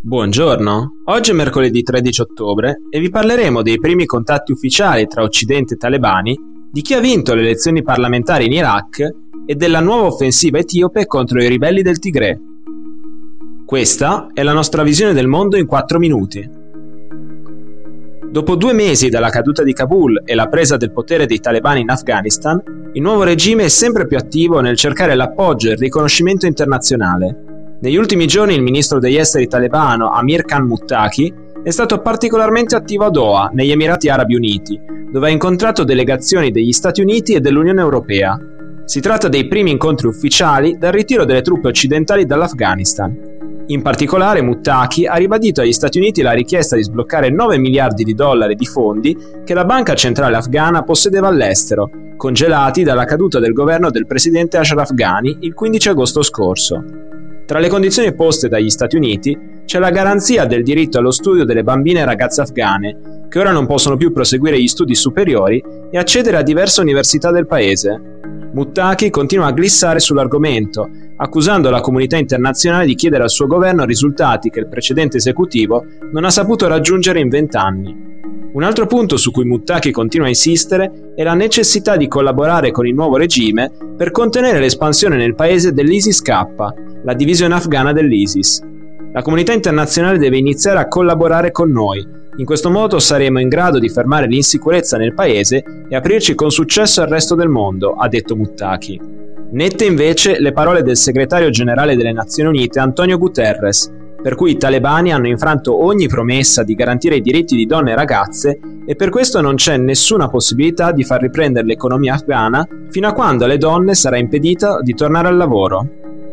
Buongiorno, oggi è mercoledì 13 ottobre e vi parleremo dei primi contatti ufficiali tra Occidente e talebani, di chi ha vinto le elezioni parlamentari in Iraq e della nuova offensiva etiope contro i ribelli del Tigray. Questa è la nostra visione del mondo in 4 minuti. Dopo 2 mesi dalla caduta di Kabul e la presa del potere dei talebani in Afghanistan, il nuovo regime è sempre più attivo nel cercare l'appoggio e il riconoscimento internazionale. Negli ultimi giorni il ministro degli esteri talebano Amir Khan Muttaqi è stato particolarmente attivo a Doha, negli Emirati Arabi Uniti, dove ha incontrato delegazioni degli Stati Uniti e dell'Unione Europea. Si tratta dei primi incontri ufficiali dal ritiro delle truppe occidentali dall'Afghanistan. In particolare Muttaqi ha ribadito agli Stati Uniti la richiesta di sbloccare 9 miliardi di dollari di fondi che la banca centrale afghana possedeva all'estero, congelati dalla caduta del governo del presidente Ashraf Ghani il 15 agosto scorso. Tra le condizioni poste dagli Stati Uniti c'è la garanzia del diritto allo studio delle bambine e ragazze afghane, che ora non possono più proseguire gli studi superiori e accedere a diverse università del paese. Muttaqi continua a glissare sull'argomento, accusando la comunità internazionale di chiedere al suo governo risultati che il precedente esecutivo non ha saputo raggiungere in 20 anni. Un altro punto su cui Muttaqi continua a insistere è la necessità di collaborare con il nuovo regime per contenere l'espansione nel paese dell'ISIS-K, la divisione afghana dell'ISIS. La comunità internazionale deve iniziare a collaborare con noi. In questo modo saremo in grado di fermare l'insicurezza nel paese e aprirci con successo al resto del mondo, ha detto Muttaqi. Nette invece le parole del segretario generale delle Nazioni Unite Antonio Guterres, per cui i talebani hanno infranto ogni promessa di garantire i diritti di donne e ragazze e per questo non c'è nessuna possibilità di far riprendere l'economia afghana fino a quando alle donne sarà impedito di tornare al lavoro.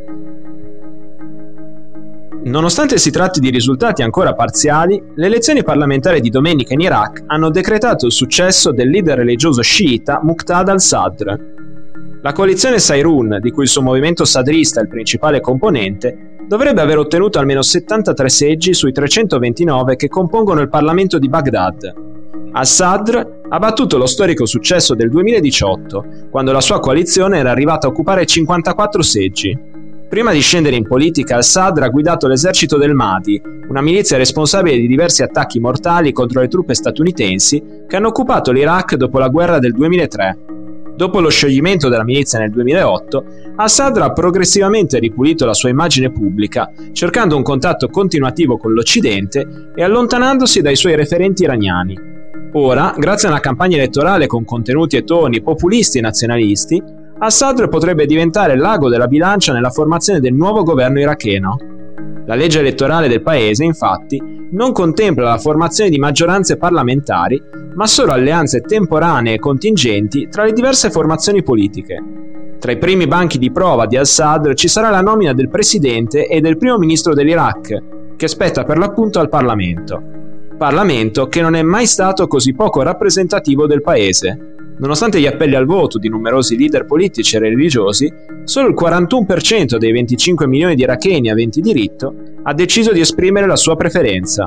Nonostante si tratti di risultati ancora parziali, le elezioni parlamentari di domenica in Iraq hanno decretato il successo del leader religioso sciita Muqtada al-Sadr. La coalizione Sairun, di cui il suo movimento sadrista è il principale componente, dovrebbe aver ottenuto almeno 73 seggi sui 329 che compongono il Parlamento di Baghdad. Al-Sadr ha battuto lo storico successo del 2018, quando la sua coalizione era arrivata a occupare 54 seggi. Prima di scendere in politica, al-Sadr ha guidato l'esercito del Mahdi, una milizia responsabile di diversi attacchi mortali contro le truppe statunitensi che hanno occupato l'Iraq dopo la guerra del 2003. Dopo lo scioglimento della milizia nel 2008, al-Sadr ha progressivamente ripulito la sua immagine pubblica, cercando un contatto continuativo con l'Occidente e allontanandosi dai suoi referenti iraniani. Ora, grazie a una campagna elettorale con contenuti e toni populisti e nazionalisti, al-Sadr potrebbe diventare l'ago della bilancia nella formazione del nuovo governo iracheno. La legge elettorale del paese, infatti, non contempla la formazione di maggioranze parlamentari, ma solo alleanze temporanee e contingenti tra le diverse formazioni politiche. Tra i primi banchi di prova di al-Sadr ci sarà la nomina del presidente e del primo ministro dell'Iraq, che spetta per l'appunto al Parlamento che non è mai stato così poco rappresentativo del paese. Nonostante gli appelli al voto di numerosi leader politici e religiosi, solo il 41% dei 25 milioni di iracheni aventi diritto ha deciso di esprimere la sua preferenza.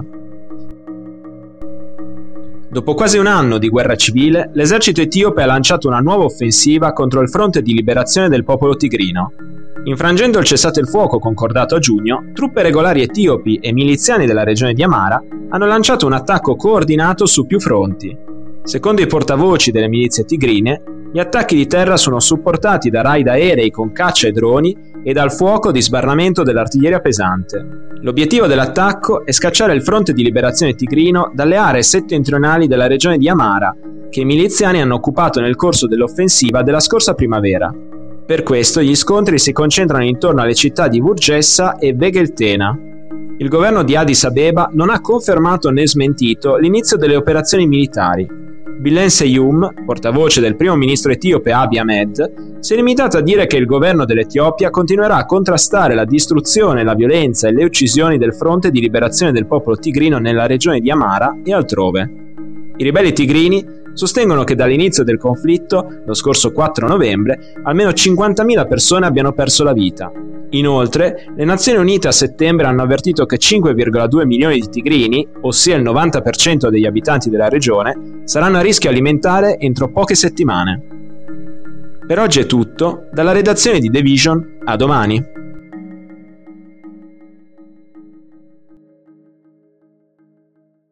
Dopo quasi un anno di guerra civile, l'esercito etiope ha lanciato una nuova offensiva contro il fronte di liberazione del popolo tigrino. Infrangendo il cessate il fuoco concordato a giugno, truppe regolari etiopi e miliziani della regione di Amara hanno lanciato un attacco coordinato su più fronti. Secondo i portavoci delle milizie tigrine, gli attacchi di terra sono supportati da raid aerei con caccia e droni e dal fuoco di sbarramento dell'artiglieria pesante. L'obiettivo dell'attacco è scacciare il fronte di liberazione tigrino dalle aree settentrionali della regione di Amara, che i miliziani hanno occupato nel corso dell'offensiva della scorsa primavera. Per questo gli scontri si concentrano intorno alle città di Burgessa e Vegeltena. Il governo di Addis Abeba non ha confermato né smentito l'inizio delle operazioni militari. Bilen Seyum, portavoce del primo ministro etiope Abiy Ahmed, si è limitato a dire che il governo dell'Etiopia continuerà a contrastare la distruzione, la violenza e le uccisioni del fronte di liberazione del popolo tigrino nella regione di Amara e altrove. I ribelli tigrini sostengono che dall'inizio del conflitto, lo scorso 4 novembre, almeno 50.000 persone abbiano perso la vita. Inoltre, le Nazioni Unite a settembre hanno avvertito che 5,2 milioni di tigrini, ossia il 90% degli abitanti della regione, saranno a rischio alimentare entro poche settimane. Per oggi è tutto, dalla redazione di The Vision, a domani.